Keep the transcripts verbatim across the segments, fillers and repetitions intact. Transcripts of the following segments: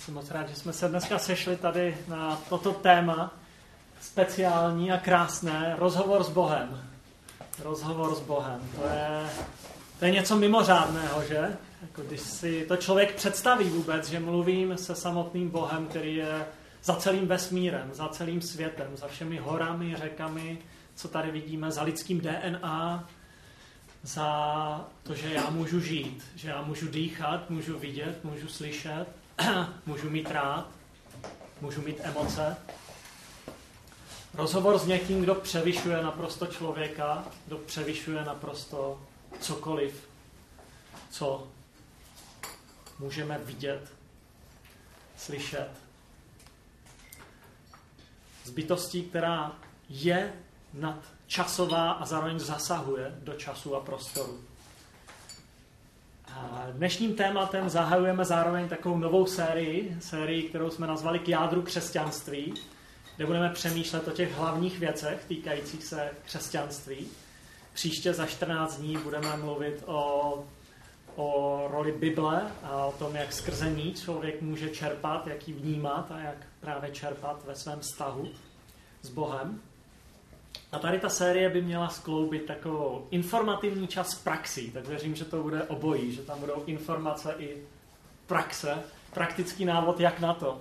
Jsem moc rád, že jsme se dneska sešli tady na toto téma, speciální a krásné, rozhovor s Bohem. Rozhovor s Bohem. To je, to je něco mimořádného, že? Jako když si to člověk představí vůbec, že mluvím se samotným Bohem, který je za celým vesmírem, za celým světem, za všemi horami, řekami, co tady vidíme, za lidským D N A, za to, že já můžu žít, že já můžu dýchat, můžu vidět, můžu slyšet, můžu mít rád, můžu mít emoce. Rozhovor s někým, kdo převyšuje naprosto člověka, kdo převyšuje naprosto cokoliv, co můžeme vidět, slyšet. S bytostí, která je nadčasová a zároveň zasahuje do času a prostoru. A dnešním tématem zahajujeme zároveň takovou novou sérii, sérii, kterou jsme nazvali K jádru křesťanství, kde budeme přemýšlet o těch hlavních věcech týkajících se křesťanství. Příště za čtrnáct dní budeme mluvit o, o roli Bible a o tom, jak skrze ní člověk může čerpat, jak ji vnímat a jak právě čerpat ve svém vztahu s Bohem. A tady ta série by měla skloubit takovou informativní část praxí, tak věřím, že to bude obojí, že tam budou informace i praxe, praktický návod, jak na to.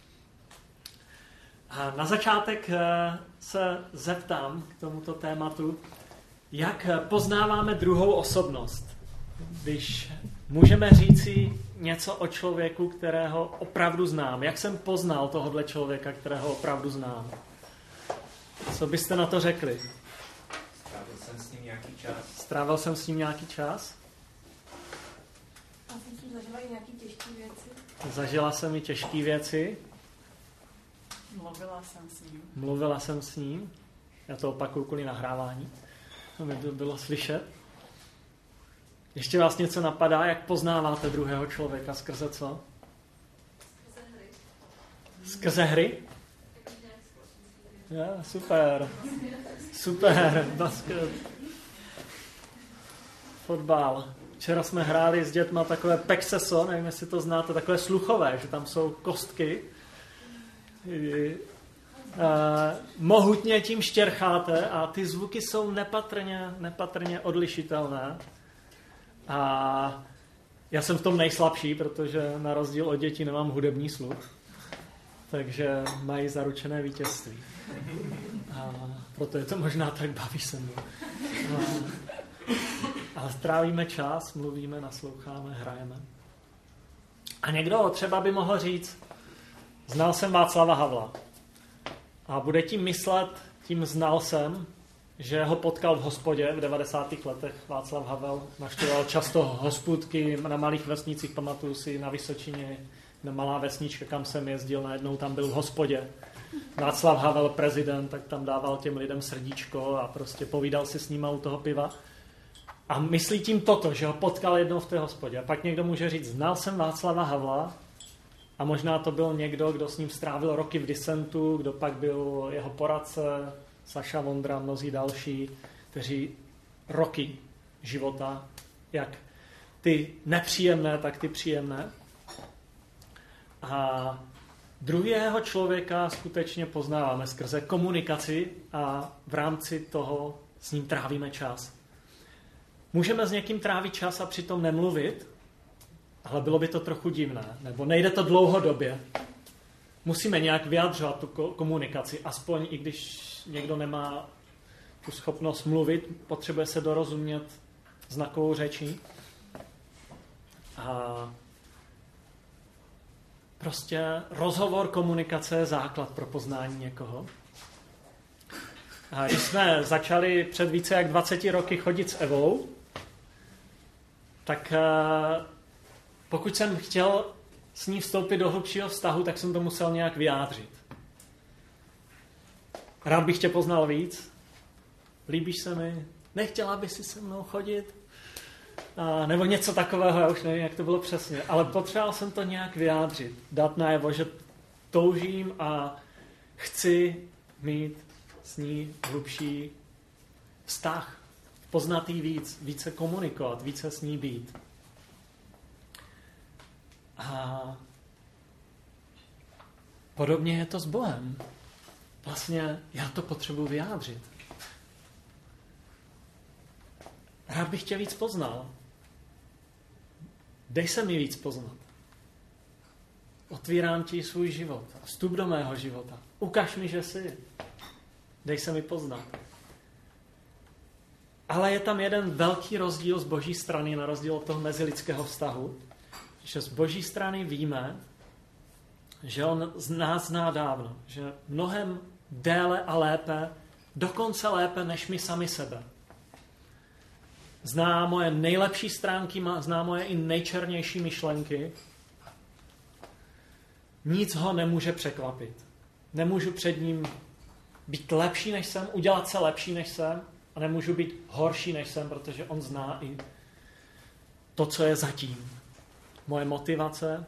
A na začátek se zeptám k tomuto tématu, jak poznáváme druhou osobnost. Když můžeme říci něco o člověku, kterého opravdu znám. Jak jsem poznal tohohle člověka, kterého opravdu znám? Co byste na to řekli? Strávil jsem s ním nějaký čas. Strávil jsem s ním nějaký čas? A jsem si zažila i nějaké těžké věci. Zažila jsem i těžké věci. Mluvila jsem s ním. Mluvila jsem s ním. Já to opakuju kvůli nahrávání. To mi to bylo slyšet. Ještě vás něco napadá, jak poznáváte druhého člověka? Skrze co? Skrze hry. Skrze hry? Ja, super. Super. Basket. Fotbal. Včera jsme hráli s dětma takové pexeso, nevím, jestli to znáte, takové sluchové, že tam jsou kostky. Uh, mohutně tím štěrcháte a ty zvuky jsou nepatrně, nepatrně odlišitelné. A já jsem v tom nejslabší, protože na rozdíl od dětí nemám hudební sluch. Takže mají zaručené vítězství. A proto je to možná tak baví se mnou. Ale strávíme čas, mluvíme, nasloucháme, hrajeme. A někdo třeba by mohl říct, znal jsem Václava Havla. A bude tím myslet, tím znal jsem, že ho potkal v hospodě v devadesátých letech. Václav Havel navštěvoval často hospůdky na malých vesnicích, pamatuju si na Vysočině, na malá vesnička, kam jsem jezdil, najednou tam byl v hospodě. Václav Havel, prezident, tak tam dával těm lidem srdíčko a prostě povídal si s nima u toho piva. A myslí tím toto, že ho potkal jednou v té hospodě. A pak někdo může říct, znal jsem Václava Havla a možná to byl někdo, kdo s ním strávil roky v disentu, kdo pak byl jeho poradce, Saša Vondra, mnozí další, kteří roky života, jak ty nepříjemné, tak ty příjemné. A druhého člověka skutečně poznáváme skrze komunikaci a v rámci toho s ním trávíme čas. Můžeme s někým trávit čas a přitom nemluvit, ale bylo by to trochu divné, nebo nejde to dlouhodobě. Musíme nějak vyjadřovat tu komunikaci, aspoň i když někdo nemá tu schopnost mluvit, potřebuje se dorozumět znakovou řečí. A prostě rozhovor, komunikace je základ pro poznání někoho. A když jsme začali před více jak dvaceti roky chodit s Evou, tak pokud jsem chtěl s ní vstoupit do hlubšího vztahu, tak jsem to musel nějak vyjádřit. Rád bych tě poznal víc. Líbíš se mi? Nechtěla by si se mnou chodit? A, nebo něco takového, já už nevím, jak to bylo přesně. Ale potřeboval jsem to nějak vyjádřit. Dát najevo, že toužím a chci mít s ní hlubší vztah. Poznat jí víc, více komunikovat, více s ní být. A podobně je to s Bohem. Vlastně já to potřebuji vyjádřit. Rád bych tě víc poznal. Dej se mi víc poznat. Otvírám ti svůj život. Vstup do mého života. Ukaž mi, že jsi. Dej se mi poznat. Ale je tam jeden velký rozdíl z boží strany na rozdíl od toho mezilidského vztahu. Že z boží strany víme, že on z nás zná dávno. Že mnohem déle a lépe, dokonce lépe než my sami sebe. Zná moje nejlepší stránky, zná moje i nejčernější myšlenky. Nic ho nemůže překvapit. Nemůžu před ním být lepší než jsem, udělat se lepší než jsem a nemůžu být horší než jsem, protože on zná i to, co je zatím. Moje motivace,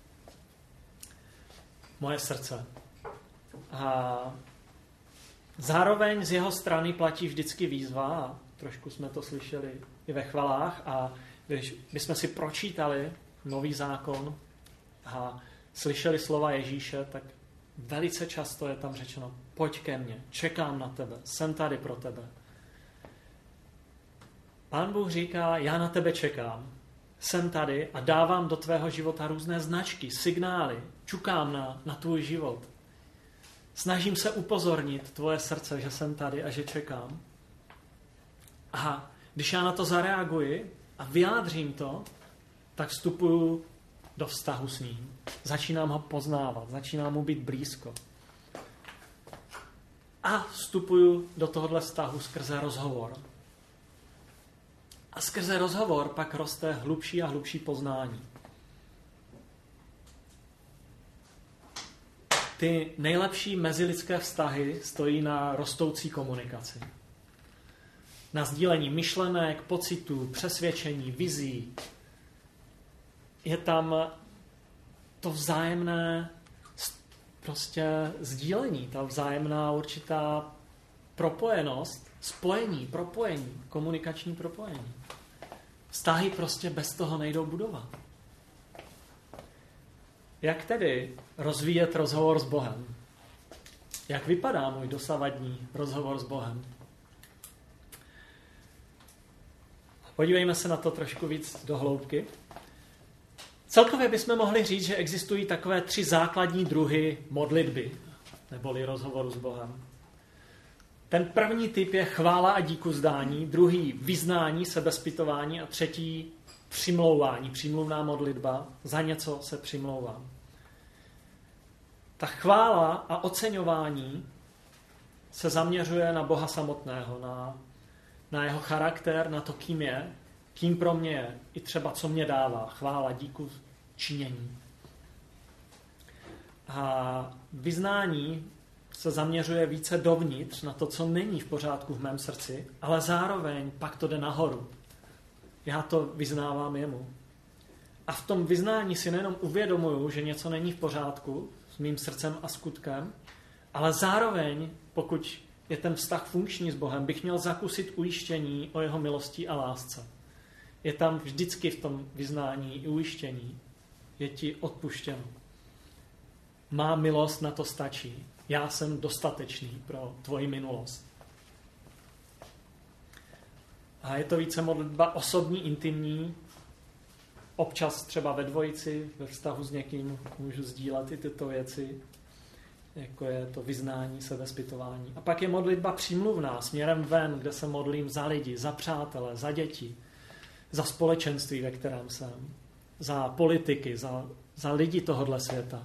moje srdce. A zároveň z jeho strany platí vždycky výzva, a trošku jsme to slyšeli i ve chvalách, a když bychom si pročítali Nový zákon a slyšeli slova Ježíše, tak velice často je tam řečeno: pojď ke mně, čekám na tebe, jsem tady pro tebe. Pán Bůh říká: já na tebe čekám, jsem tady a dávám do tvého života různé značky, signály, čukám na, na tvůj život. Snažím se upozornit tvoje srdce, že jsem tady a že čekám. A když já na to zareaguji a vyjádřím to, tak vstupuju do vztahu s ním. Začínám ho poznávat, začínám mu být blízko. A vstupuju do tohohle vztahu skrze rozhovor. A skrze rozhovor pak roste hlubší a hlubší poznání. Ty nejlepší mezilidské vztahy stojí na rostoucí komunikaci. Na sdílení myšlenek, pocitů, přesvědčení, vizí. Je tam to vzájemné prostě sdílení, ta vzájemná určitá propojenost, spojení, propojení, komunikační propojení. Vztahy prostě bez toho nejdou budovat. Jak tedy rozvíjet rozhovor s Bohem? Jak vypadá můj dosavadní rozhovor s Bohem? Podívejme se na to trošku víc do hloubky. Celkově bychom mohli říct, že existují takové tři základní druhy modlitby, neboli rozhovoru s Bohem. Ten první typ je chvála a díkuzdání, druhý vyznání, sebezpytování a třetí přimlouvání, přímluvná modlitba, za něco se přimlouvám. Ta chvála a oceňování se zaměřuje na Boha samotného, na, na jeho charakter, na to, kým je, kým pro mě je, i třeba co mě dává, chvála, díku, činění. A vyznání se zaměřuje více dovnitř na to, co není v pořádku v mém srdci, ale zároveň pak to jde nahoru. Já to vyznávám jemu. A v tom vyznání si nejenom uvědomuju, že něco není v pořádku s mým srdcem a skutkem, ale zároveň, pokud je ten vztah funkční s Bohem, bych měl zakusit ujištění o jeho milosti a lásce. Je tam vždycky v tom vyznání i ujištění. Je ti odpuštěno. Má milost na to stačí. Já jsem dostatečný pro tvoji minulost. A je to více modlitba osobní, intimní. Občas třeba ve dvojici, ve vztahu s někým můžu sdílet i tyto věci, jako je to vyznání, sebezpytování. A pak je modlitba přímluvná, směrem ven, kde se modlím za lidi, za přátele, za děti, za společenství, ve kterém jsem, za politiky, za, za lidi tohohle světa.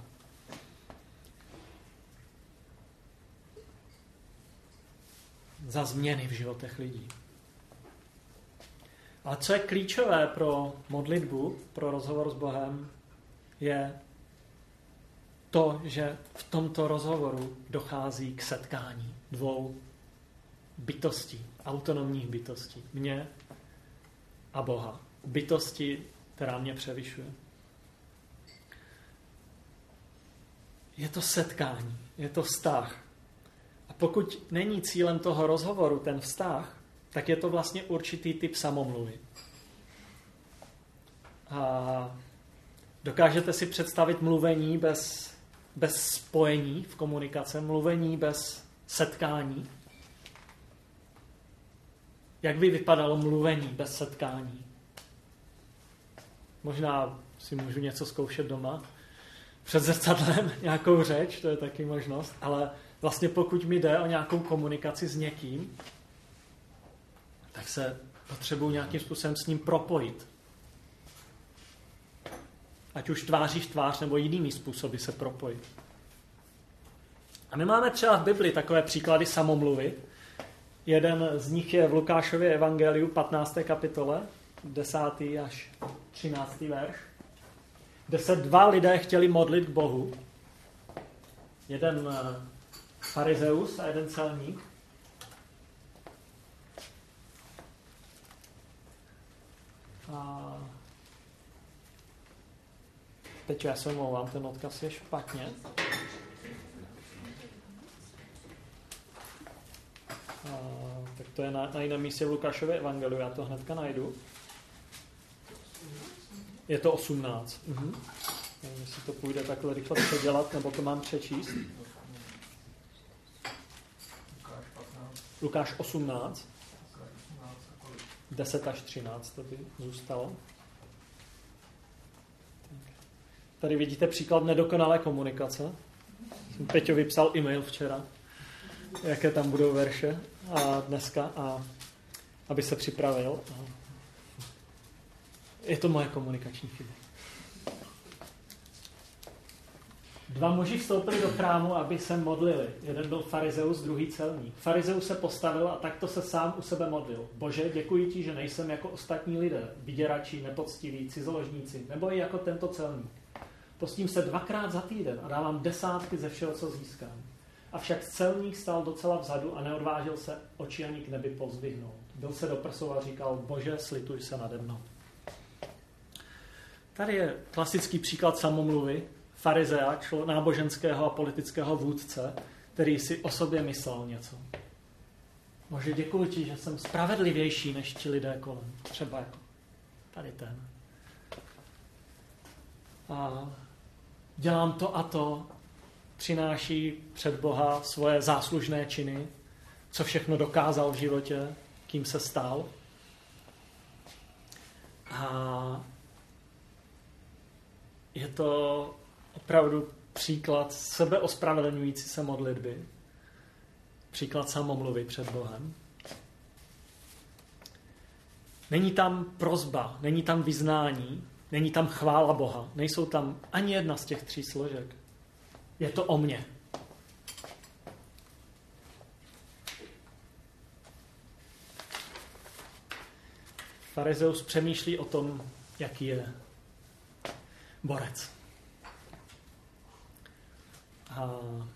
Za změny v životech lidí. Ale co je klíčové pro modlitbu, pro rozhovor s Bohem, je to, že v tomto rozhovoru dochází k setkání dvou bytostí, autonomních bytostí. Mě a Boha. Bytosti, která mě převyšuje. Je to setkání, je to vztah. A pokud není cílem toho rozhovoru ten vztah, tak je to vlastně určitý typ samomluvy. A dokážete si představit mluvení bez bez spojení v komunikaci, mluvení bez setkání. Jak by vypadalo mluvení bez setkání? Možná si můžu něco zkoušet doma. Před zrcadlem nějakou řeč, to je taky možnost, ale vlastně pokud mi jde o nějakou komunikaci s někým, tak se potřebuji nějakým způsobem s ním propojit. Ať už tváří v tvář, nebo jinými způsoby se propojit. A my máme třeba v Bibli takové příklady samomluvy. Jeden z nich je v Lukášově evangeliu patnácté kapitole, desátý až třináctý verš, kde se dva lidé chtěli modlit k Bohu. Jeden farizeus a jeden celník. A teď já se omlouvám, ten odkaz je špatně. A, tak to je na, na jiném místě v Lukášově evangeliu, já to hnedka najdu. Je to osmnáct. Mhm. Nevím, jestli to půjde takhle rychle předělat, nebo to mám přečíst. Lukáš osmnáct. deset až třináct to by zůstalo. Tady vidíte příklad nedokonalé komunikace. Jsem Peťovi psal e-mail včera, jaké tam budou verše a dneska, a aby se připravil. Je to moje komunikační chyba. Dva muži vstoupili do chrámu, aby se modlili. Jeden byl farizeus, druhý celník. Farizeus se postavil a takto se sám u sebe modlil. Bože, děkuji ti, že nejsem jako ostatní lidé, vyděrači, nepoctiví, cizoložníci, nebo i jako tento celník. Postím se dvakrát za týden a dávám desátky ze všeho, co získám. Avšak celník stál docela vzadu a neodvážil se oči ani k nebi pozdvihnout. Byl se do prsou a říkal, Bože, slituj se nade mnou. Tady je klasický příklad samomluvy farizea, člo, náboženského a politického vůdce, který si o sobě myslel něco. Bože, děkuji ti, že jsem spravedlivější než ti lidé kolem. Třeba jako tady ten. A dělám to a to, přináší před Boha svoje záslužné činy, co všechno dokázal v životě, kým se stal. A je to opravdu příklad sebeospravedlňující se modlitby. Příklad samomluvy před Bohem. Není tam prosba, není tam vyznání, není tam chvála Boha. Nejsou tam ani jedna z těch tří složek. Je to o mně. Farizeus přemýšlí o tom, jaký je borec. A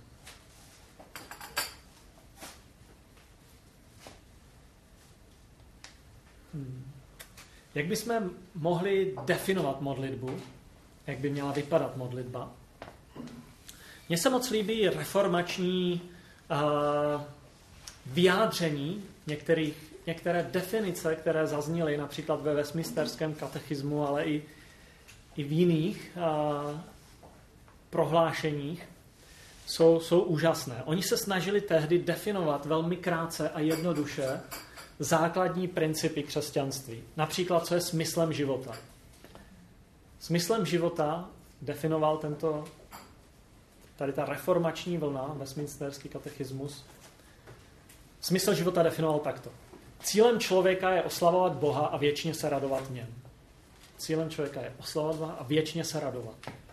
hmm. Jak bychom mohli definovat modlitbu? Jak by měla vypadat modlitba? Mně se moc líbí reformační uh, vyjádření některých, některé definice, které zazněly například ve Westminsterském katechismu, ale i, i v jiných uh, prohlášeních. Jsou, jsou úžasné. Oni se snažili tehdy definovat velmi krátce a jednoduše základní principy křesťanství. Například, co je smyslem života. Smyslem života definoval tento, tady ta reformační vlna, Westminsterský katechismus. Smysl života definoval takto. Cílem člověka je oslavovat Boha a věčně se radovat v něm. Cílem člověka je oslavovat Boha a věčně se radovat.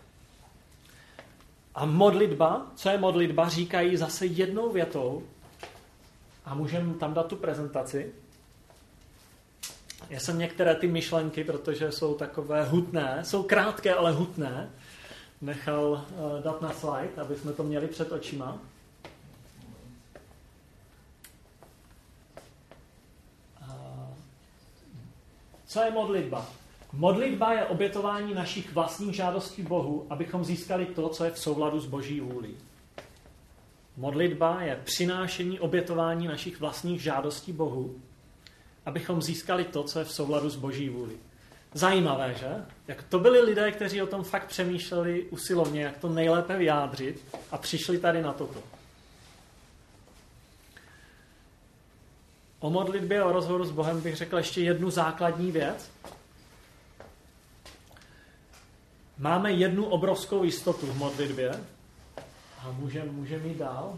A modlitba, co je modlitba, říkají zase jednou větou, a můžeme tam dát tu prezentaci. Já jsem některé ty myšlenky, protože jsou takové hutné, jsou krátké, ale hutné, nechal uh, dát na slide, aby jsme to měli před očima. Uh, co je modlitba? Modlitba je obětování našich vlastních žádostí Bohu, abychom získali to, co je v souladu s Boží vůlí. Modlitba je přinášení obětování našich vlastních žádostí Bohu, abychom získali to, co je v souladu s Boží vůlí. zajímavé, že? Jak to byli lidé, kteří o tom fakt přemýšleli usilovně, jak to nejlépe vyjádřit a přišli tady na toto. O modlitbě, o rozhovoru s Bohem bych řekl ještě jednu základní věc. Máme jednu obrovskou jistotu v modlitbě a můžeme můžem jít dál.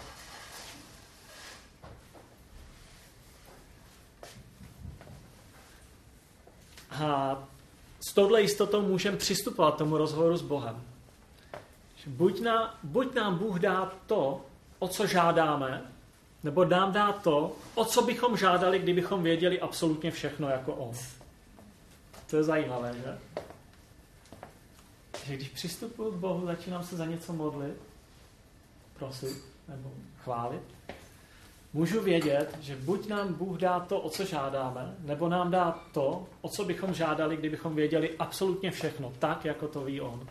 A s touhle jistotou můžeme přistupovat tomu rozhovoru s Bohem. Buď, na, buď nám Bůh dá to, o co žádáme, nebo nám dá to, o co bychom žádali, kdybychom věděli absolutně všechno jako on. To je zajímavé, že? Že když přistupuji k Bohu, začínám se za něco modlit, prosit nebo chválit, můžu vědět, že buď nám Bůh dá to, o co žádáme, nebo nám dá to, o co bychom žádali, kdybychom věděli absolutně všechno, tak, jako to ví on.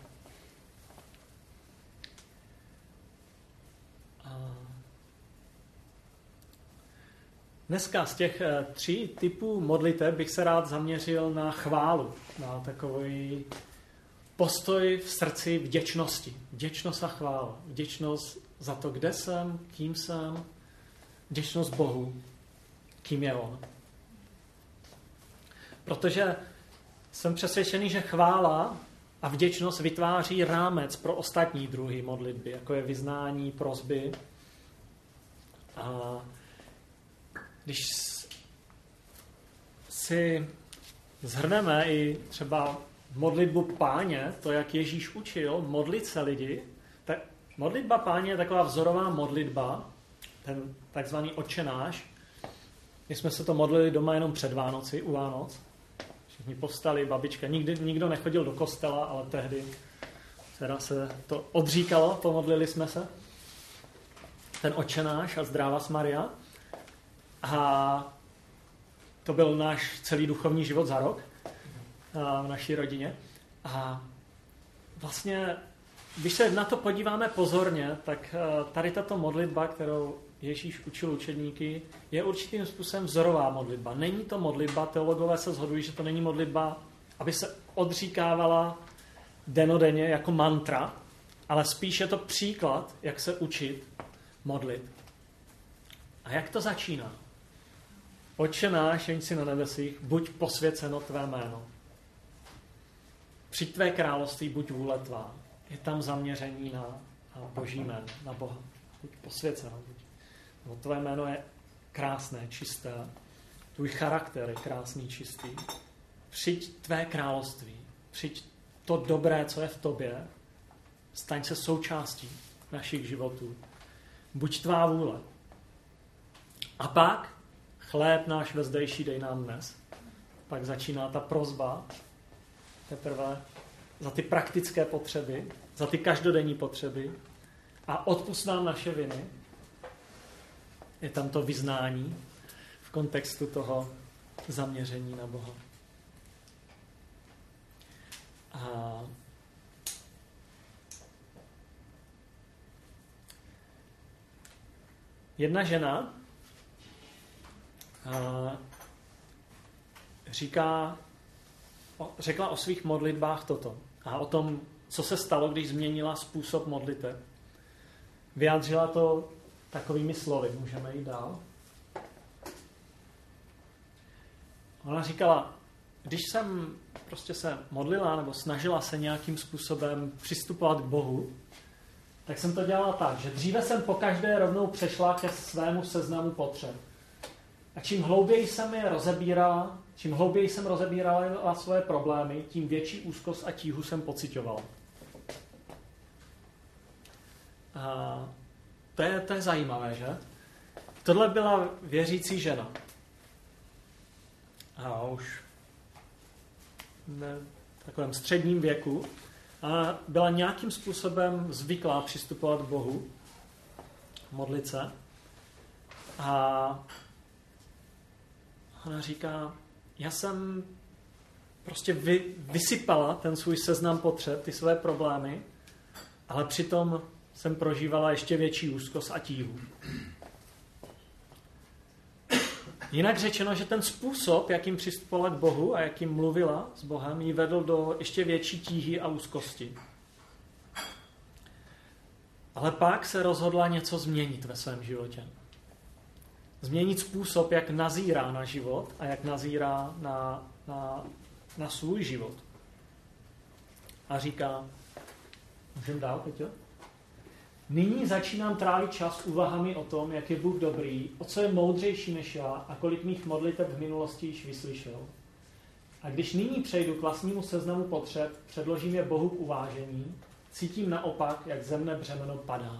A dneska z těch tří typů modliteb bych se rád zaměřil na chválu, na takový postoj v srdci vděčnosti. Vděčnost a chvála. Vděčnost za to, kde jsem, kým jsem, vděčnost Bohu, kým je on. Protože jsem přesvědčený, že chvála a vděčnost vytváří rámec pro ostatní druhy modlitby, jako je vyznání, prosby. A když si shrneme i třeba modlitbu Páně, to, jak Ježíš učil modlit se lidi, tak modlitba Páně je taková vzorová modlitba, ten takzvaný Otče náš. My jsme se to modlili doma jenom před Vánoci, u Vánoc. Všichni povstali, babička, nikdy, nikdo nechodil do kostela, ale tehdy teda se to odříkalo, pomodlili jsme se. Ten Otče náš a Zdráva Maria. A to byl náš celý duchovní život za rok v naší rodině. A vlastně, když se na to podíváme pozorně, tak tady tato modlitba, kterou Ježíš učil učedníky, je určitým způsobem vzorová modlitba. Není to modlitba, teologové se shodují, že to není modlitba, aby se odříkávala denodenně jako mantra, ale spíš je to příklad, jak se učit modlit. A jak to začíná? Otče náš, jenž jsi na nebesích, buď posvěceno tvé jméno. Přijď tvé království, buď vůle tvá. Je tam zaměření na, na Boží jméno, na Boha. Buď posvěceno. Buď. No, tvé jméno je krásné, čisté. Tvůj charakter je krásný, čistý. Přijď tvé království. Přijď to dobré, co je v tobě. Staň se součástí našich životů. Buď tvá vůle. A pak chléb náš vezdejší dej nám dnes. Pak začíná ta prosba teprve za ty praktické potřeby, za ty každodenní potřeby a odpusť nám naše viny. Je tam to vyznání v kontextu toho zaměření na Boha. A jedna žena říká, řekla o svých modlitbách toto a o tom, co se stalo, když změnila způsob modliteb. Vyjádřila to takovými slovy. Můžeme jít dál. Ona říkala, když jsem prostě se modlila nebo snažila se nějakým způsobem přistupovat k Bohu, tak jsem to dělala tak, že dříve jsem pokaždé rovnou přešla ke svému seznamu potřeb. A čím hlouběji jsem je rozebírala, čím hlouběji jsem rozebírala svoje problémy, tím větší úzkost a tíhu jsem pociťovala. A to je, to je zajímavé, že? Tohle byla věřící žena. A už v takovém středním věku. A byla nějakým způsobem zvyklá přistupovat k Bohu, modlit se. A ona říká, já jsem prostě vy, vysypala ten svůj seznam potřeb, ty své problémy, ale přitom jsem prožívala ještě větší úzkost a tíhu. Jinak řečeno, že ten způsob, jakým přistupovala k Bohu a jakým mluvila s Bohem, ji vedl do ještě větší tíhy a úzkosti. Ale pak se rozhodla něco změnit ve svém životě. Změnit způsob, jak nazírá na život a jak nazírá na, na, na svůj život. A říká, můžeme dál, Peťo? Nyní začínám trávit čas úvahami o tom, jak je Bůh dobrý, o co je moudřejší než já a kolik mých modliteb v minulosti již vyslyšel. A když nyní přejdu k vlastnímu seznamu potřeb, předložím je Bohu k uvážení, cítím naopak, jak zemné břemeno padá.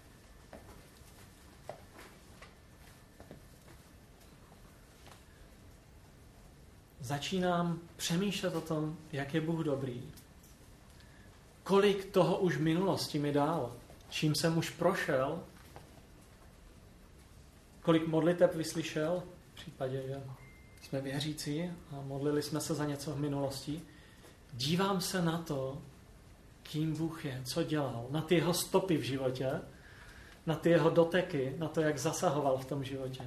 Začínám přemýšlet o tom, jak je Bůh dobrý. Kolik toho už v minulosti mi dal, čím jsem už prošel, kolik modliteb vyslyšel, v případě, že jsme věřící a modlili jsme se za něco v minulosti. Dívám se na to, kým Bůh je, co dělal, na ty jeho stopy v životě, na ty jeho doteky, na to, jak zasahoval v tom životě.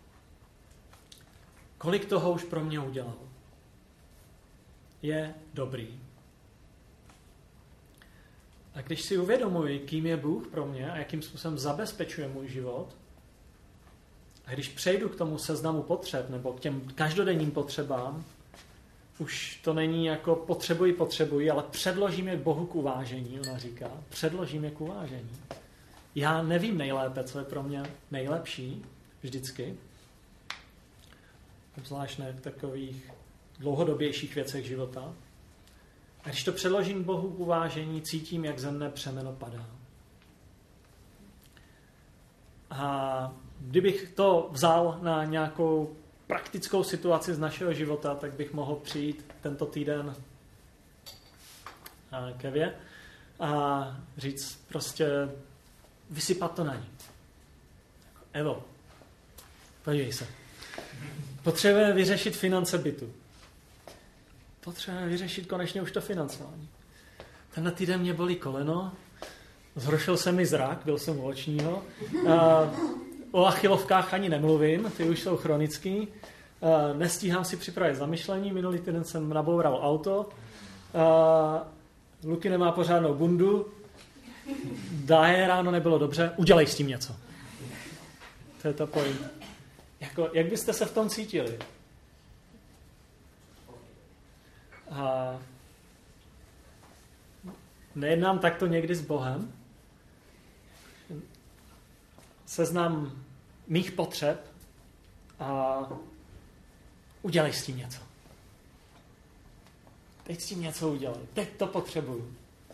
Kolik toho už pro mě udělal. Je dobrý. A když si uvědomuji, kým je Bůh pro mě a jakým způsobem zabezpečuje můj život, a když přejdu k tomu seznamu potřeb nebo k těm každodenním potřebám, už to není jako potřebuji, potřebuji, ale předložím je k Bohu k uvážení, ona říká. Předložím je k uvážení. Já nevím nejlépe, co je pro mě nejlepší, vždycky. Obzvlášť ne v takových dlouhodobějších věcech života. A když to předložím Bohu k uvážení, cítím, jak zemné břemeno padá. A kdybych to vzal na nějakou praktickou situaci z našeho života, tak bych mohl přijít tento týden k Evě a říct prostě vysypat to na ní. Evo, podívej se. Potřebujeme vyřešit finance bytu. Potřebujeme vyřešit konečně už to financování. Tenhle týden mě bolí koleno, zhoršil se mi zrak, byl jsem u očního. O achilovkách ani nemluvím, ty už jsou chronický. Nestíhám si připravit zamyšlení, minulý týden jsem naboural auto. Luky nemá pořádnou bundu. Dáje ráno nebylo dobře, udělej s tím něco. To je to point. Jako, jak byste se v tom cítili? A nejednám takto někdy s Bohem? Seznam mých potřeb a udělej s tím něco. Teď s tím něco udělej. Teď to potřebuju.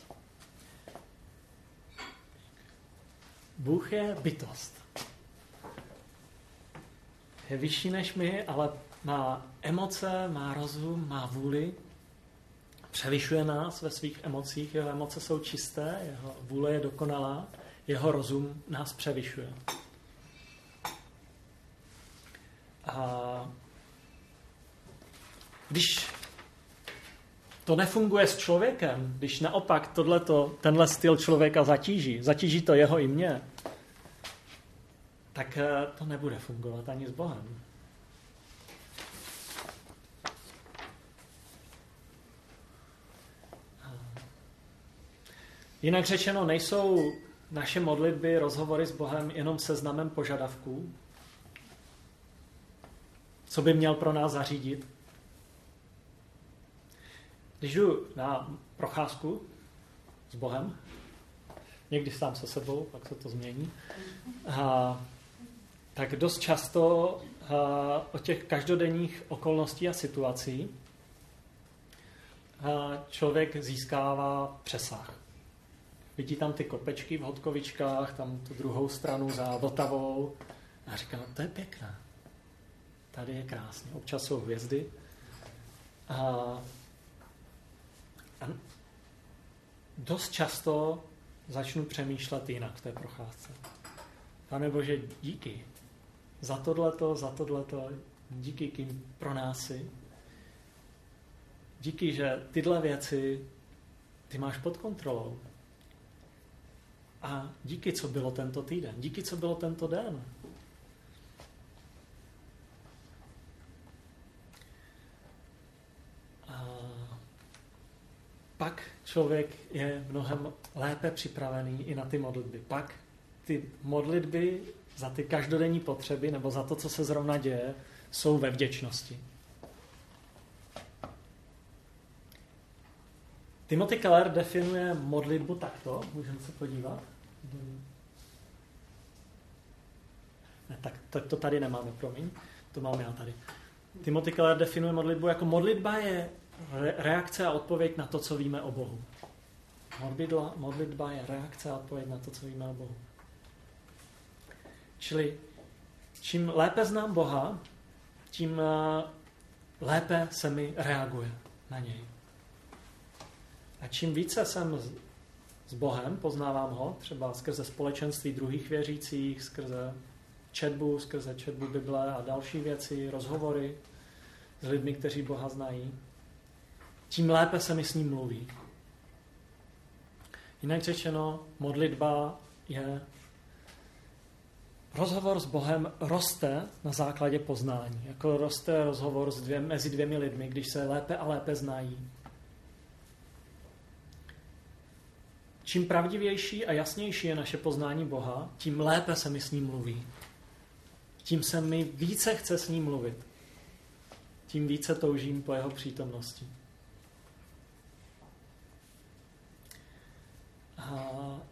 Bůh je bytost. Je vyšší než my, ale má emoce, má rozum, má vůli. Převyšuje nás ve svých emocích. Jeho emoce jsou čisté, jeho vůle je dokonalá, jeho rozum nás převyšuje. A když to nefunguje s člověkem, když naopak tohleto, tenhle styl člověka zatíží, zatíží to jeho i mě, tak to nebude fungovat ani s Bohem. Jinak řečeno, nejsou naše modlitby, rozhovory s Bohem jenom seznamem požadavků, co by měl pro nás zařídit. Když jdu na procházku s Bohem, někdy sám se sebou, pak se to změní, a, tak dost často a, o těch každodenních okolností a situací a člověk získává přesah. Vidí tam ty kopečky v Hodkovičkách, tam tu druhou stranu za Vltavou a říká, no to je pěkné. Tady je krásně. Občas jsou hvězdy. A, a dost často začnu přemýšlet jinak v té procházce. Pane Bože, díky za tohleto, za tohleto, díky kým pro nás si. Díky, že tyhle věci ty máš pod kontrolou. A díky, co bylo tento týden, díky, co bylo tento den. člověk je mnohem lépe připravený i na ty modlitby. Pak ty modlitby za ty každodenní potřeby nebo za to, co se zrovna děje, jsou ve vděčnosti. Timothy Keller definuje modlitbu takto. Můžeme se podívat? Ne, tak to, to tady nemáme, promiň. To mám já tady. Timothy Keller definuje modlitbu jako modlitba je reakce a odpověď na to, co víme o Bohu. Modlitba, modlitba je reakce a odpověď na to, co víme o Bohu. Čili čím lépe znám Boha, tím lépe se mi reaguje na něj. A čím více jsem s Bohem, poznávám ho, třeba skrze společenství druhých věřících, skrze četbu, skrze četbu Bible a další věci, rozhovory s lidmi, kteří Boha znají, tím lépe se mi s ním mluví. Jinak řečeno, modlitba je rozhovor s Bohem roste na základě poznání. Jako roste rozhovor s dvě, mezi dvěmi lidmi, když se lépe a lépe znají. Čím pravdivější a jasnější je naše poznání Boha, tím lépe se mi s ním mluví. Tím se mi více chce s ním mluvit. Tím více toužím po jeho přítomnosti. A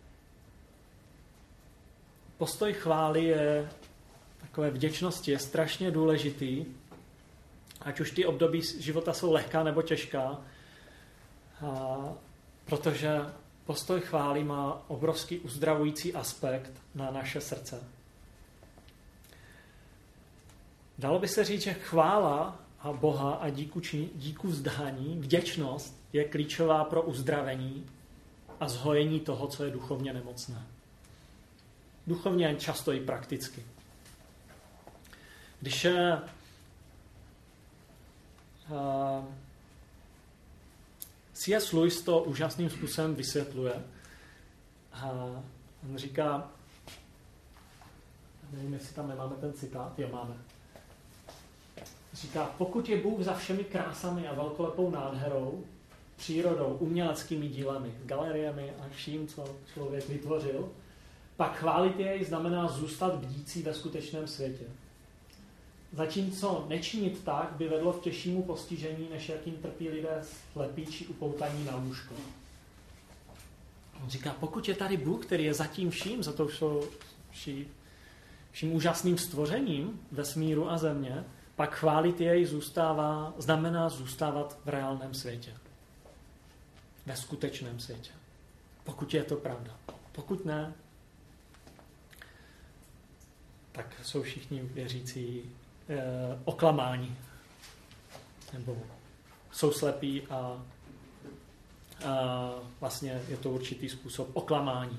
postoj chvály je takové vděčnosti, je strašně důležitý, ať už ty období života jsou lehká nebo těžká, a protože postoj chvály má obrovský uzdravující aspekt na naše srdce. Dalo by se říct, že chvála a Boha a díku, či, díku vzdání, vděčnost je klíčová pro uzdravení a zhojení toho, co je duchovně nemocné. Duchovně často i prakticky. Když je uh, C S Lewis to úžasným způsobem vysvětluje. A on říká, nevím, jestli tam nemáme ten citát, jo, máme. Říká, pokud je Bůh za všemi krásami a velkolepou nádherou, přírodou, uměleckými dílemi, galeriemi a vším, co člověk vytvořil, pak chválit jej znamená zůstat bdící ve skutečném světě. Zatímco nečinit tak by vedlo k těžšímu postižení, než jakým trpí lidé slepí či upoutaní na lůžko. On říká, pokud je tady Bůh, který je za tím vším, za to vším, vším úžasným stvořením vesmíru a země, pak chválit jej zůstává, znamená zůstávat v reálném světě. Ve skutečném světě. Pokud je to pravda. Pokud ne, tak jsou všichni věřící eh, oklamáni. Nebo jsou slepí a, a vlastně je to určitý způsob oklamání.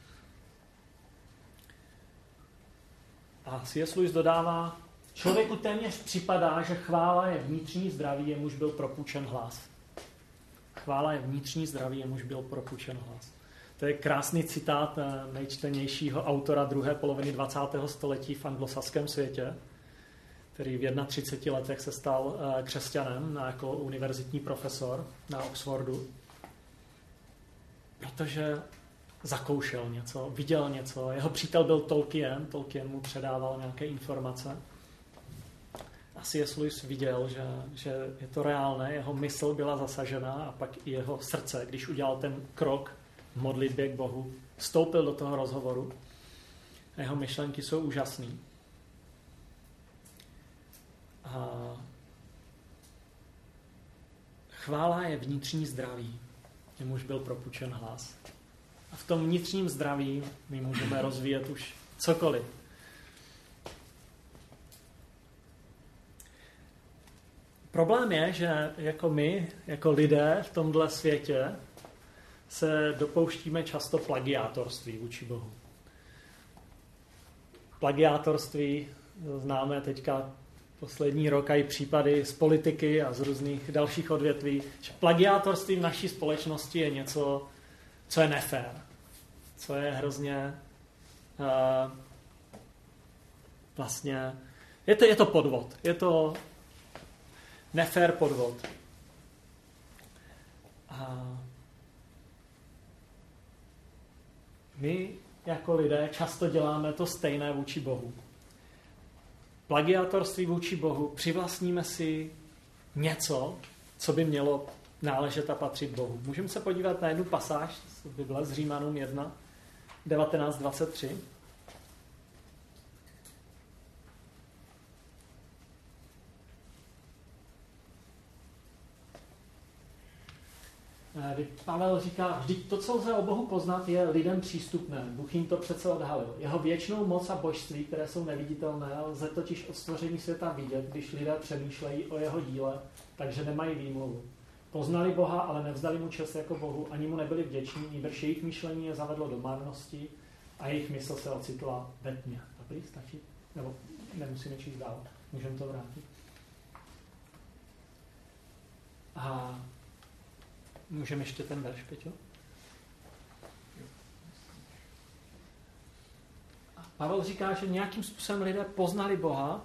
A C S Lewis dodává, člověku téměř připadá, že chvála je vnitřní zdraví, jemuž byl propůjčen hlas. Chvála je vnitřní zdraví, jemuž byl propůjčen hlas. To je krásný citát nejčtenějšího autora druhé poloviny dvacátého století v anglosaském světě, který v třiceti jedné letech se stal křesťanem jako univerzitní profesor na Oxfordu, protože zakoušel něco, viděl něco. Jeho přítel byl Tolkien, Tolkien mu předával nějaké informace. A C S Lewis viděl, že, že je to reálné, jeho mysl byla zasažena a pak i jeho srdce, když udělal ten krok v modlitbě k Bohu, vstoupil do toho rozhovoru a jeho myšlenky jsou úžasné. A chvála je vnitřní zdraví, jemuž byl propůjčen hlas. A v tom vnitřním zdraví my můžeme rozvíjet už cokoliv. Problém je, že jako my, jako lidé v tomhle světě se dopouštíme často plagiátorství vůči Bohu. Plagiátorství známe teďka poslední rok i případy z politiky a z různých dalších odvětví, že plagiátorství v naší společnosti je něco, co je nefér, co je hrozně uh, vlastně, je to, je to podvod, je to nefér podvod. A My jako lidé často děláme to stejné vůči Bohu. Plagiátorství vůči Bohu, přivlastníme si něco, co by mělo náležet a patřit Bohu. Můžeme se podívat na jednu pasáž z Bible z Římanům jedna, devatenáct dvacet tři. Pavel říká, vždyť to, co lze o Bohu poznat, je lidem přístupné. Bůh jim to přece odhalil. Jeho věčnou moc a božství, které jsou neviditelné, lze totiž od stvoření světa vidět, když lidé přemýšlejí o jeho díle, takže nemají výmluvu. Poznali Boha, ale nevzdali mu čest jako Bohu, ani mu nebyli vděční, nýbrž jejich myšlení je zavedlo do marnosti a jejich mysl se ocitla ve tmě. Dobrý, stačí? Nebo nemusíme číst dál. Můžeme to vrátit. A můžeme ještě ten verš, Peťo? Pavel říká, že nějakým způsobem lidé poznali Boha,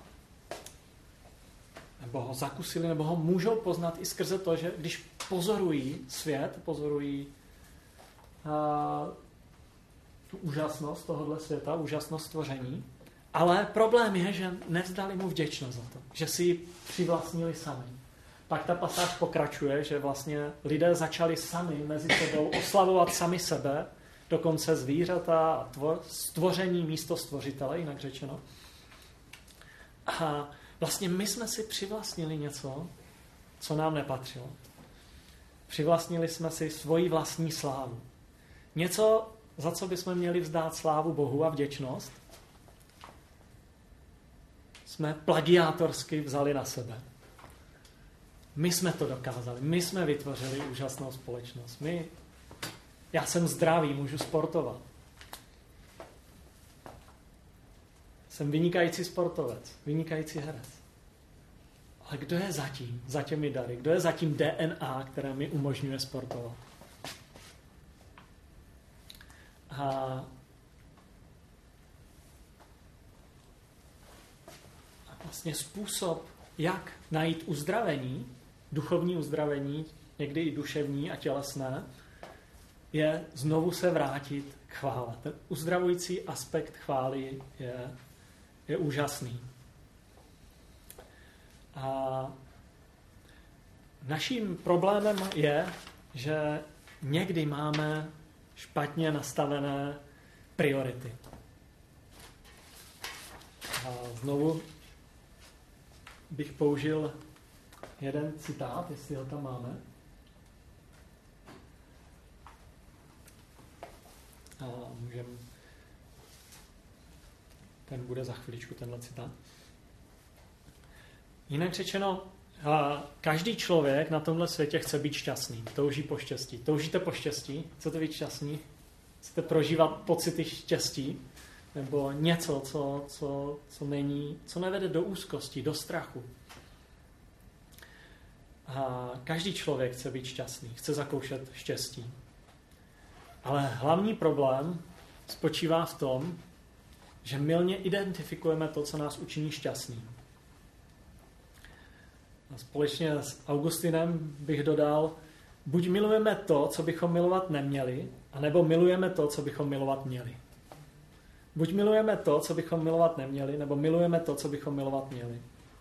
nebo ho zakusili, nebo ho můžou poznat i skrze to, že když pozorují svět, pozorují uh, tu úžasnost tohohle světa, úžasnost stvoření, ale problém je, že nevzdali mu vděčnost za to, že si ji přivlastnili sami. Pak ta pasáž pokračuje, že vlastně lidé začali sami mezi sebou oslavovat sami sebe, dokonce zvířata a stvoření místo stvořitele, jinak řečeno. A vlastně my jsme si přivlastnili něco, co nám nepatřilo. Přivlastnili jsme si svoji vlastní slávu. Něco, za co bychom měli vzdát slávu Bohu a vděčnost, jsme plagiátorsky vzali na sebe. My jsme to dokázali, my jsme vytvořili úžasnou společnost. My, já jsem zdravý, můžu sportovat. Jsem vynikající sportovec, vynikající herec. Ale kdo je zatím, za těmi dary? Kdo je zatím D N A, které mi umožňuje sportovat? A, a vlastně způsob, jak najít uzdravení, duchovní uzdravení, někdy i duševní a tělesné, je znovu se vrátit k chvále. Ten uzdravující aspekt chvály je, je úžasný. A naším problémem je, že někdy máme špatně nastavené priority. A znovu bych použil jeden citát, jestli ho tam máme. A můžeme... Ten bude za chviličku, tenhle citát. Jinak řečeno, každý člověk na tomhle světě chce být šťastný. Touží po štěstí. Toužíte po štěstí? Chcete být šťastný? Chcete prožívat pocity štěstí? Nebo něco, co, co, co, není, co nevede do úzkosti, do strachu. A každý člověk chce být šťastný, chce zakoušet štěstí. Ale hlavní problém spočívá v tom, že mylně identifikujeme to, co nás učiní šťastným. A společně s Augustinem bych dodal, buď milujeme to, co bychom milovat neměli, anebo milujeme to, co bychom milovat měli. Buď milujeme to, co bychom milovat neměli, nebo milujeme to, co bychom milovat měli.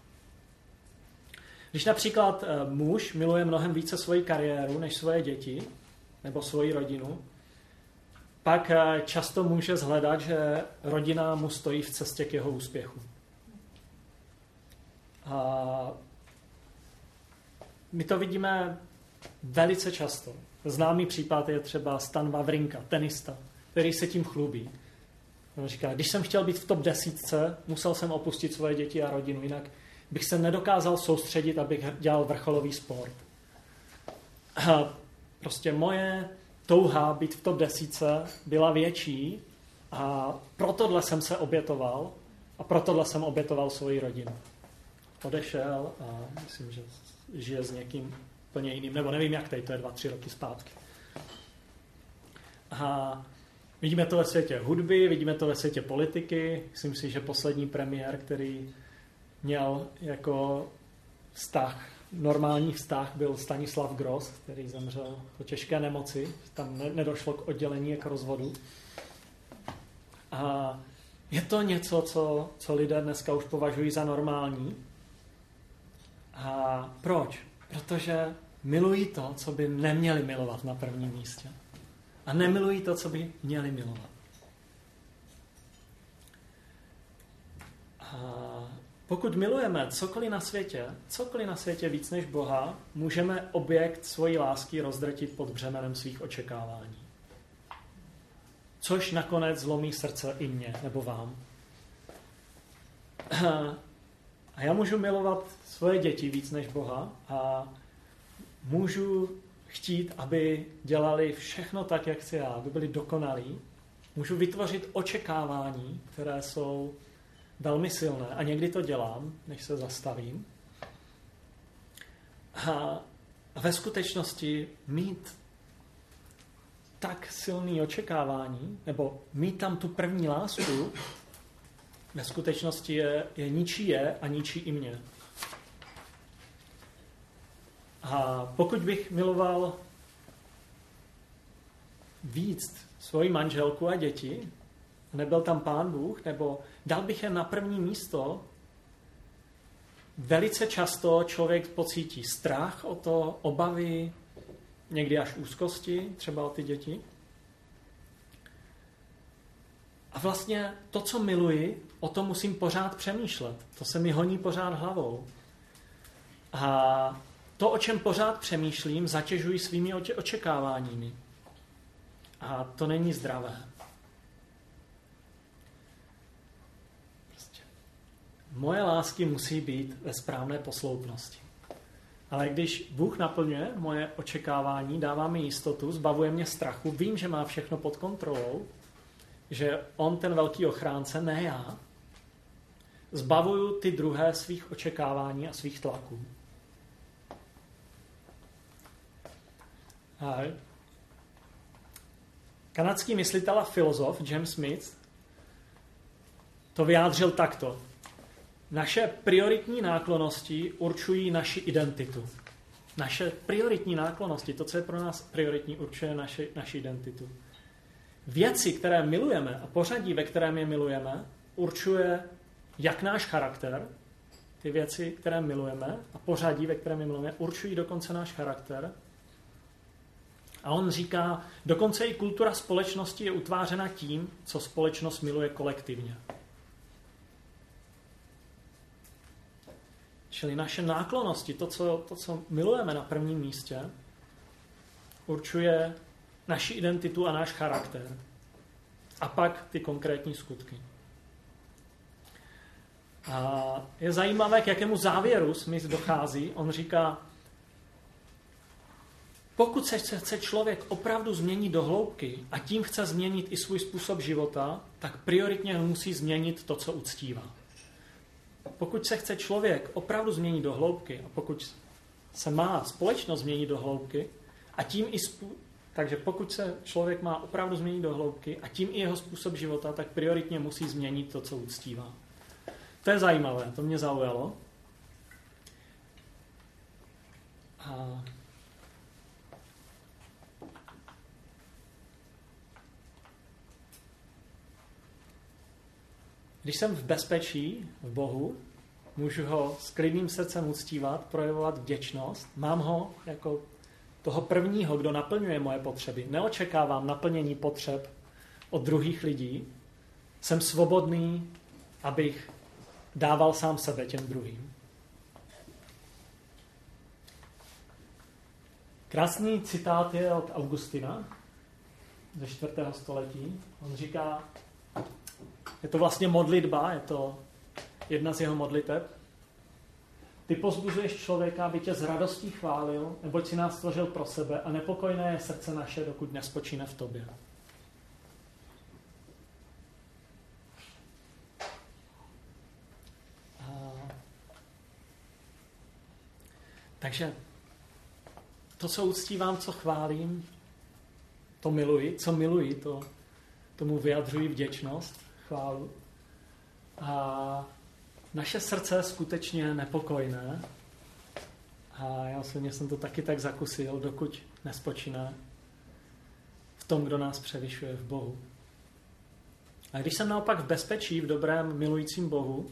Když například muž miluje mnohem více svoji kariéru než svoje děti, nebo svoji rodinu, pak často může shledat, že rodina mu stojí v cestě k jeho úspěchu. A my to vidíme velice často. Známý případ je třeba Stan Wawrinka, tenista, který se tím chlubí. On říká, když jsem chtěl být v top desítce, musel jsem opustit svoje děti a rodinu, jinak bych se nedokázal soustředit, abych dělal vrcholový sport. A prostě moje touha být v top desítce byla větší a pro tohle jsem se obětoval a pro tohle jsem obětoval svoji rodinu. Odešel a myslím, že žije s někým úplně jiným, nebo nevím jak teď, to je dva, tři roky zpátky. A vidíme to ve světě hudby, vidíme to ve světě politiky. Myslím si, že poslední premiér, který měl jako vztah, normální vztah, byl Stanislav Gross, který zemřel po těžké nemoci. Tam nedošlo k oddělení, k rozvodu. Je to něco, co, co lidé dneska už považují za normální. A proč? Protože milují to, co by neměli milovat na prvním místě. A nemilují to, co by měli milovat. A pokud milujeme cokoliv na světě, cokoliv na světě víc než Boha, můžeme objekt svojí lásky rozdrtit pod břemenem svých očekávání. Což nakonec zlomí srdce i mě, nebo vám. A já můžu milovat svoje děti víc než Boha a můžu chtít, aby dělali všechno tak, jak chci já, aby byli dokonalí. Můžu vytvořit očekávání, které jsou velmi silné a někdy to dělám, než se zastavím. A ve skutečnosti mít tak silné očekávání, nebo mít tam tu první lásku, ve skutečnosti je, je ničí je a ničí i mě. A pokud bych miloval víc svoji manželku a děti, nebyl tam Pán Bůh, nebo dal bych je na první místo, velice často člověk pocítí strach o to, obavy, někdy až úzkosti, třeba o ty děti. A vlastně to, co miluji, o tom musím pořád přemýšlet. To se mi honí pořád hlavou. A to, o čem pořád přemýšlím, zatěžuji svými očekáváními. A to není zdravé. Prostě. Moje lásky musí být ve správné posloupnosti. Ale když Bůh naplňuje moje očekávání, dává mi jistotu, zbavuje mě strachu, vím, že má všechno pod kontrolou, že on ten velký ochránce, ne já, zbavuju ty druhé svých očekávání a svých tlaků. A kanadský myslitel a filozof James Smith to vyjádřil takto. Naše prioritní náklonnosti určují naši identitu. Naše prioritní náklonnosti, to, co je pro nás prioritní, určuje naši, naši identitu. Věci, které milujeme a pořadí, ve kterém je milujeme, určuje jak náš charakter, ty věci, které milujeme a pořadí, ve kterém je milujeme, určují dokonce náš charakter. A on říká, dokonce i kultura společnosti je utvářena tím, co společnost miluje kolektivně. Čili naše náklonnosti, to co, to, co milujeme na prvním místě, určuje naši identitu a náš charakter. A pak ty konkrétní skutky. A je zajímavé, k jakému závěru Smith dochází. On říká, pokud se chce člověk opravdu změnit do hloubky a tím chce změnit i svůj způsob života, tak prioritně musí změnit to, co uctívá. Pokud se chce člověk opravdu změnit do hloubky a pokud se má společnost změnit do hloubky a tím i spů- takže pokud se člověk má opravdu změnit do hloubky a tím i jeho způsob života, tak prioritně musí změnit to, co uctívá. To je zajímavé, to mě zaujalo. A když jsem v bezpečí, v Bohu, můžu ho s klidným srdcem uctívat, projevovat vděčnost, mám ho jako toho prvního, kdo naplňuje moje potřeby. Neočekávám naplnění potřeb od druhých lidí. Jsem svobodný, abych dával sám sebe těm druhým. Krásný citát je od Augustina ze čtvrtého století. On říká, je to vlastně modlitba, je to jedna z jeho modliteb. Ty pozbuzuješ člověka, aby tě s radostí chválil, neboť si nás stvořil pro sebe a nepokojné je srdce naše, dokud nespočíne v tobě. A... Takže to, co uctívám, co chválím, to miluji. Co miluji, to tomu vyjadřuji vděčnost, chválu. A naše srdce je skutečně nepokojné. A já osobně jsem to taky tak zakusil, dokud nespočíná v tom, kdo nás převyšuje v Bohu. A když jsem naopak v bezpečí, v dobrém, milujícím Bohu,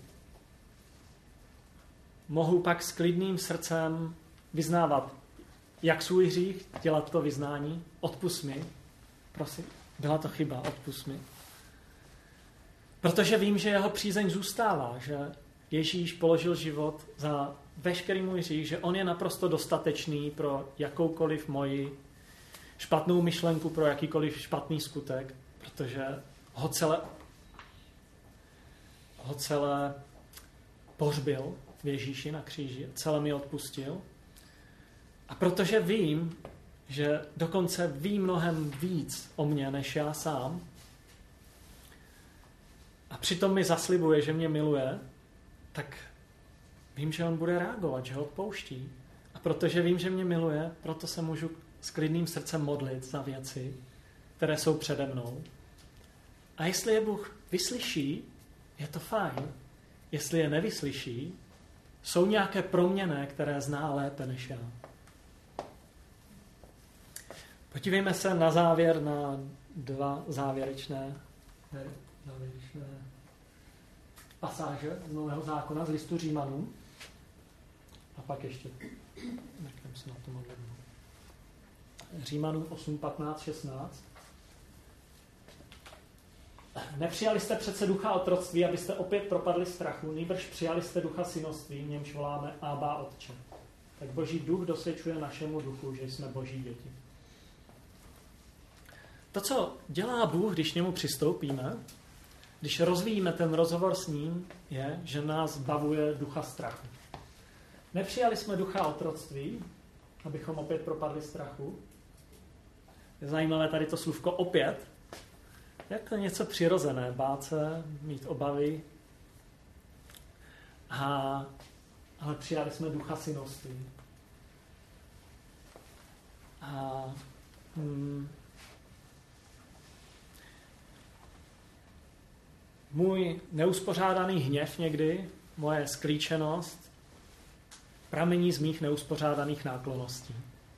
mohu pak s klidným srdcem vyznávat jak svůj hřích, dělat to vyznání, odpusť mi, prosím, byla to chyba, odpusť mi. Protože vím, že jeho přízeň zůstává, že Ježíš položil život za veškerý můj hřích, že on je naprosto dostatečný pro jakoukoliv moji špatnou myšlenku, pro jakýkoliv špatný skutek, protože ho celé, ho celé pohřbil v Ježíši na kříži, celé mi odpustil. A protože vím, že dokonce ví mnohem víc o mně, než já sám, a přitom mi zaslibuje, že mě miluje, tak vím, že on bude reagovat, že ho odpouští. A protože vím, že mě miluje, proto se můžu s klidným srdcem modlit za věci, které jsou přede mnou. A jestli je Bůh vyslyší, je to fajn. Jestli je nevyslyší, jsou nějaké proměny, které zná lépe než já. Podívejme se na závěr na dva závěrečné, závěrečné pasáže z Nového zákona, z listu Římanům. A pak ještě, neknem se na to modlím. Římanům osm, patnáct, šestnáct. Nepřijali jste přece ducha otroctví, abyste opět propadli strachu, nýbrž přijali jste ducha synoství, v němž voláme Abba Otče. Tak Boží duch dosvědčuje našemu duchu, že jsme Boží děti. To, co dělá Bůh, když k němu přistoupíme, když rozvíjíme ten rozhovor s ním, je, že nás zbavuje ducha strachu. Nepřijali jsme ducha otroctví, abychom opět propadli strachu. Je zajímavé tady to slůvko opět. Jak to něco přirozené, bát se, mít obavy. A, ale přijali jsme ducha synoství. A hmm, můj neuspořádaný hněv někdy, moje sklíčenost, pramení z mých neuspořádaných náklonností.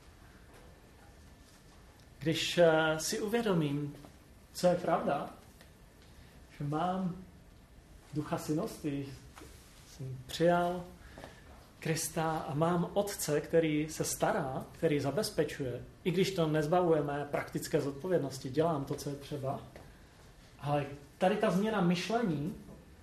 Když si uvědomím, co je pravda, že mám ducha synoství, jsem přijal Krista a mám Otce, který se stará, který zabezpečuje, i když to nezbavuje mé praktické zodpovědnosti, dělám to, co je třeba, ale tady ta změna myšlení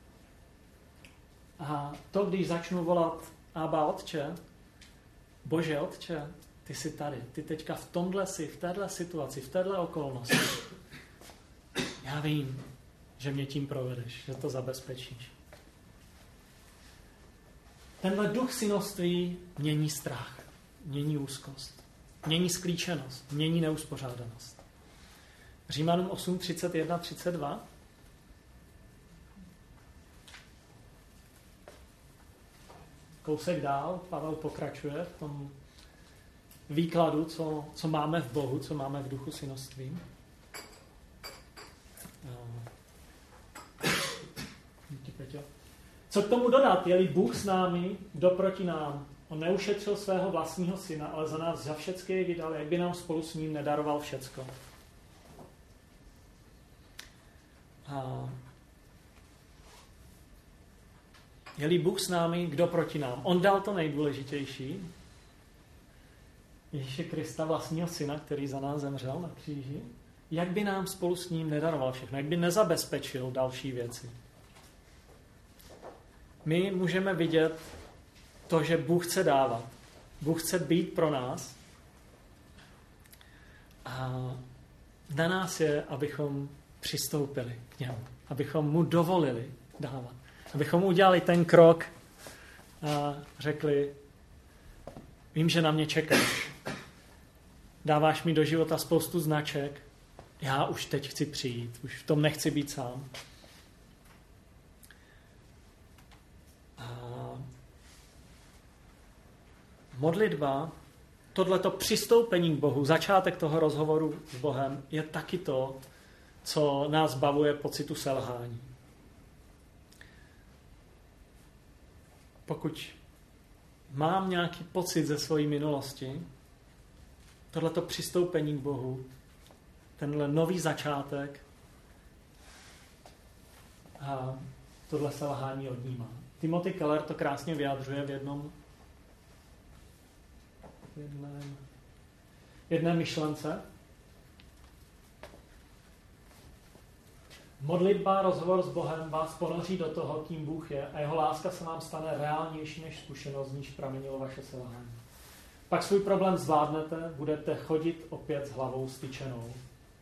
a to, když začnu volat Abba Otče, Bože Otče, ty jsi tady, ty teďka v tomhle si, v téhle situaci, v téhle okolnosti. Já vím, že mě tím provedeš, že to zabezpečíš. Tenhle duch synoství mění strach, mění úzkost, mění sklíčenost, mění neuspořádanost. Římanům osm, třicet jedna, třicet dva. Kousek dál Pavel pokračuje v tom výkladu, co, co máme v Bohu, co máme v duchu synoství. Co k tomu dodat? Je-li Bůh s námi, kdo proti nám? On neušetřil svého vlastního syna, ale za nás za všecky jej vydal, jak by nám spolu s ním nedaroval všecko. A je-li Bůh s námi, kdo proti nám? On dal to nejdůležitější. Ježíše Krista, vlastního syna, který za nás zemřel na kříži. Jak by nám spolu s ním nedaroval všechno? Jak by nezabezpečil další věci? My můžeme vidět to, že Bůh chce dávat. Bůh chce být pro nás. A na nás je, abychom přistoupili k němu. Abychom mu dovolili dávat. Abychom udělali ten krok a řekli, vím, že na mě čekáš. Dáváš mi do života spoustu značek. Já už teď chci přijít. Už v tom nechci být sám. A modlitba, tohleto přistoupení k Bohu, začátek toho rozhovoru s Bohem, je taky to, co nás bavuje pocitu selhání. Pokud mám nějaký pocit ze své minulosti, tohleto přistoupení k Bohu, tenhle nový začátek a tohle selhání odnímá. Timothy Keller to krásně vyjadřuje v jednom v jedném, jedné myšlence. Modlitba, rozhovor s Bohem vás ponoří do toho, kým Bůh je, a jeho láska se vám stane reálnější než zkušenost, z níž pramenilo vaše selhání. Pak svůj problém zvládnete, budete chodit opět s hlavou styčenou.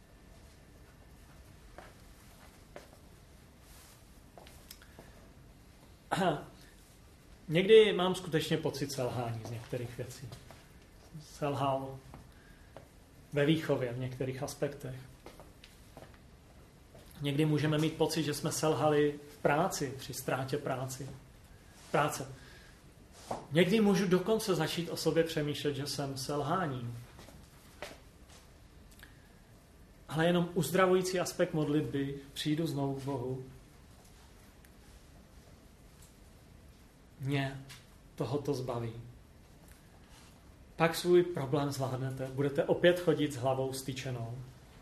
Někdy mám skutečně pocit selhání z některých věcí. Selhal ve výchově v některých aspektech. Někdy můžeme mít pocit, že jsme selhali v práci, při ztrátě práci. práce. Někdy můžu dokonce začít o sobě přemýšlet, že jsem selháním. Ale jenom uzdravující aspekt modlitby, přijdu znovu k Bohu, mě tohoto zbaví. Pak svůj problém zvládnete, budete opět chodit s hlavou styčenou.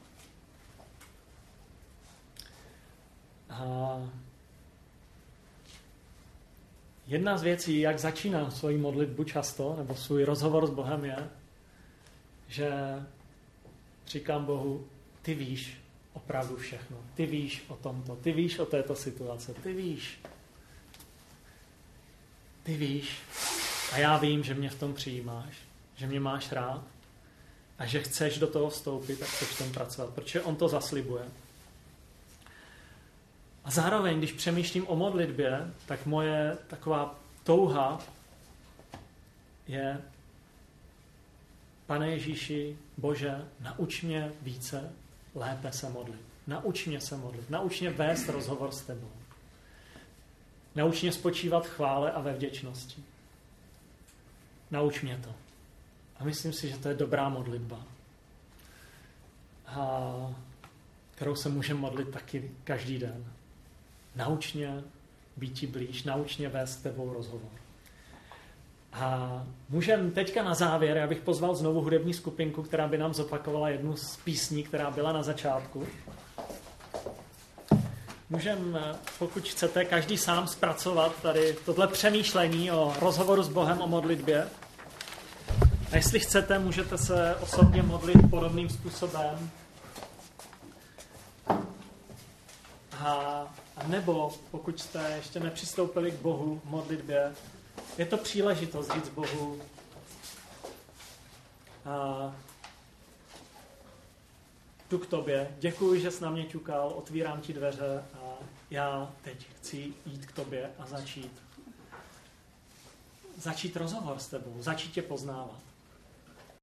A jedna z věcí, jak začínám svoji modlitbu často, nebo svůj rozhovor s Bohem je, že říkám Bohu, ty víš opravdu všechno. Ty víš o tomto, ty víš o této situaci, ty víš. Ty víš a já vím, že mě v tom přijímáš, že mě máš rád a že chceš do toho vstoupit a chceš v tom pracovat, protože on to zaslibuje. A zároveň, když přemýšlím o modlitbě, tak moje taková touha je: Pane Ježíši, Bože, nauč mě více, lépe se modlit. Nauč mě se modlit. Nauč mě vést rozhovor s tebou. Nauč mě spočívat v chvále a ve vděčnosti. Nauč mě to. A myslím si, že to je dobrá modlitba, a kterou se můžeme modlit taky každý den. Nauč mě být ti blíž, nauč mě vést s tebou rozhovor. A můžeme teďka na závěr, já bych pozval znovu hudební skupinku, která by nám zopakovala jednu z písní, která byla na začátku. Můžeme, pokud chcete, každý sám zpracovat tady tohle přemýšlení o rozhovoru s Bohem, o modlitbě. A jestli chcete, můžete se osobně modlit podobným způsobem. A, a nebo, pokud jste ještě nepřistoupili k Bohu v modlitbě, je to příležitost říct Bohu: a jdu k tobě, děkuji, že jsi na mě ťukal, otvírám ti dveře a já teď chci jít k tobě a začít. Začít rozhovor s tebou, začít tě poznávat.